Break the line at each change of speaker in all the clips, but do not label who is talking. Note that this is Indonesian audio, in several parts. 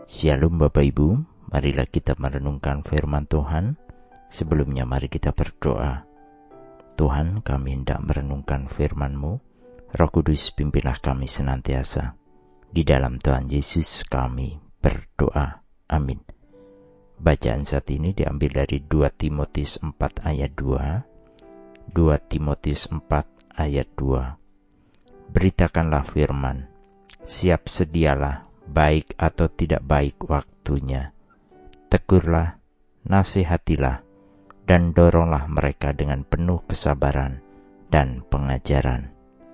Shalom Bapak Ibu, marilah kita merenungkan firman Tuhan. Sebelumnya mari kita berdoa. Tuhan, kami hendak merenungkan firman-Mu. Roh Kudus, pimpinlah kami senantiasa. Di dalam Tuhan Yesus kami berdoa. Amin. Bacaan saat ini diambil dari 2 Timotius 4 ayat 2. 2 Timotius 4 ayat 2. Beritakanlah firman, siap sedialah, baik atau tidak baik waktunya. Tegurlah, nasihatilah, dan doronglah mereka dengan penuh kesabaran dan pengajaran.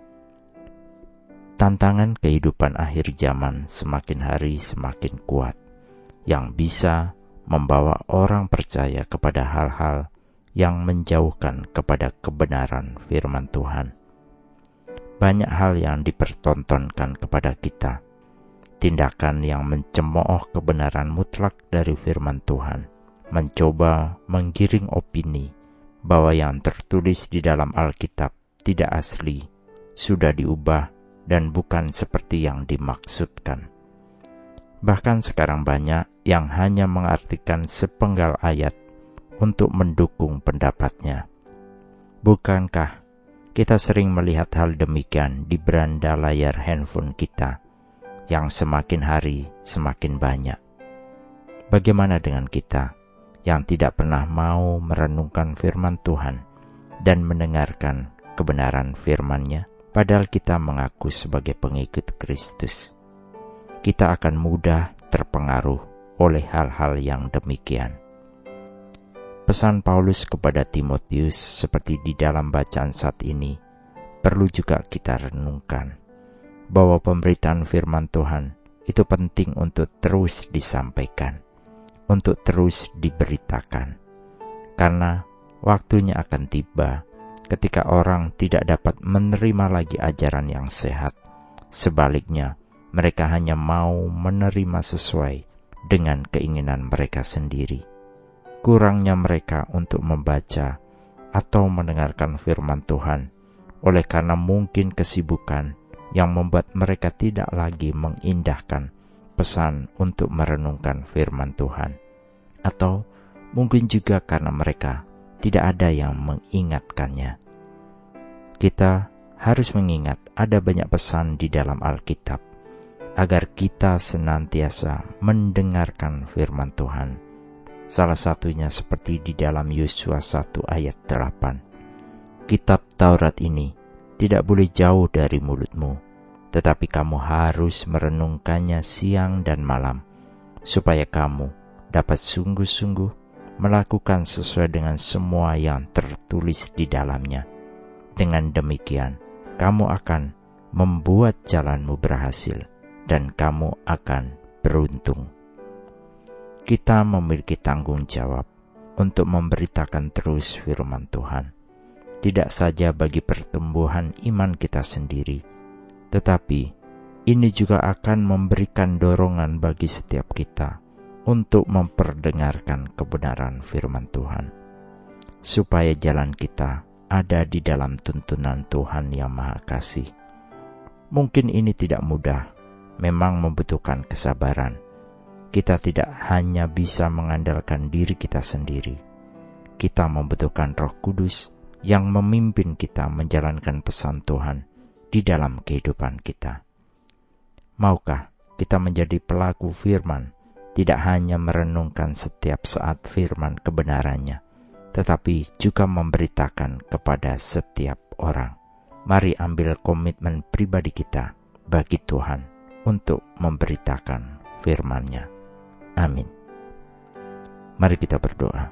Tantangan kehidupan akhir zaman semakin hari semakin kuat, yang bisa membawa orang percaya kepada hal-hal yang menjauhkan kepada kebenaran firman Tuhan. Banyak hal yang dipertontonkan kepada kita, tindakan yang mencemooh kebenaran mutlak dari firman Tuhan, mencoba menggiring opini bahwa yang tertulis di dalam Alkitab tidak asli, sudah diubah dan bukan seperti yang dimaksudkan. Bahkan sekarang banyak yang hanya mengartikan sepenggal ayat untuk mendukung pendapatnya. Bukankah kita sering melihat hal demikian di beranda layar handphone kita, yang semakin hari semakin banyak? Bagaimana dengan kita yang tidak pernah mau merenungkan firman Tuhan dan mendengarkan kebenaran firman-Nya, padahal kita mengaku sebagai pengikut Kristus? Kita akan mudah terpengaruh oleh hal-hal yang demikian. Pesan Paulus kepada Timotius seperti di dalam bacaan saat ini perlu juga kita renungkan, bahwa pemberitaan firman Tuhan itu penting untuk terus disampaikan, untuk terus diberitakan. Karena waktunya akan tiba ketika orang tidak dapat menerima lagi ajaran yang sehat. Sebaliknya, mereka hanya mau menerima sesuai dengan keinginan mereka sendiri. Kurangnya mereka untuk membaca atau mendengarkan firman Tuhan, oleh karena mungkin kesibukan yang membuat mereka tidak lagi mengindahkan pesan untuk merenungkan firman Tuhan. Atau mungkin juga karena mereka tidak ada yang mengingatkannya. Kita harus mengingat ada banyak pesan di dalam Alkitab, agar kita senantiasa mendengarkan firman Tuhan. Salah satunya seperti di dalam Yosua 1 ayat 8. Kitab Taurat ini tidak boleh jauh dari mulutmu, tetapi kamu harus merenungkannya siang dan malam, supaya kamu dapat sungguh-sungguh melakukan sesuai dengan semua yang tertulis di dalamnya. Dengan demikian, kamu akan membuat jalanmu berhasil, dan kamu akan beruntung. Kita memiliki tanggung jawab untuk memberitakan terus firman Tuhan, tidak saja bagi pertumbuhan iman kita sendiri, tetapi ini juga akan memberikan dorongan bagi setiap kita untuk memperdengarkan kebenaran firman Tuhan, supaya jalan kita ada di dalam tuntunan Tuhan yang Maha Kasih. Mungkin ini tidak mudah, memang membutuhkan kesabaran. Kita tidak hanya bisa mengandalkan diri kita sendiri. Kita membutuhkan Roh Kudus yang memimpin kita menjalankan pesan Tuhan di dalam kehidupan kita. Maukah kita menjadi pelaku firman, tidak hanya merenungkan setiap saat firman kebenarannya, tetapi juga memberitakan kepada setiap orang? Mari ambil komitmen pribadi kita bagi Tuhan untuk memberitakan firman-Nya. Amin. Mari kita berdoa.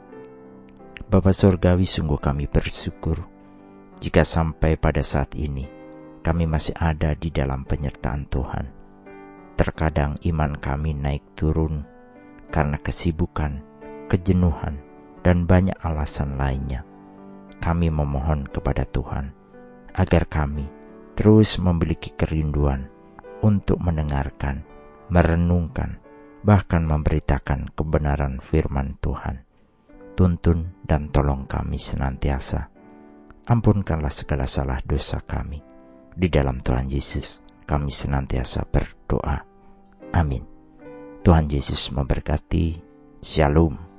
Bapa Surgawi, sungguh kami bersyukur jika sampai pada saat ini kami masih ada di dalam penyertaan Tuhan. Terkadang iman kami naik turun karena kesibukan, kejenuhan, dan banyak alasan lainnya. Kami memohon kepada Tuhan agar kami terus memiliki kerinduan untuk mendengarkan, merenungkan, bahkan memberitakan kebenaran firman Tuhan. Tuntun dan tolong kami senantiasa. Ampunkanlah segala salah dosa kami. Di dalam Tuhan Yesus kami senantiasa berdoa. Amin. Tuhan Yesus memberkati. Shalom.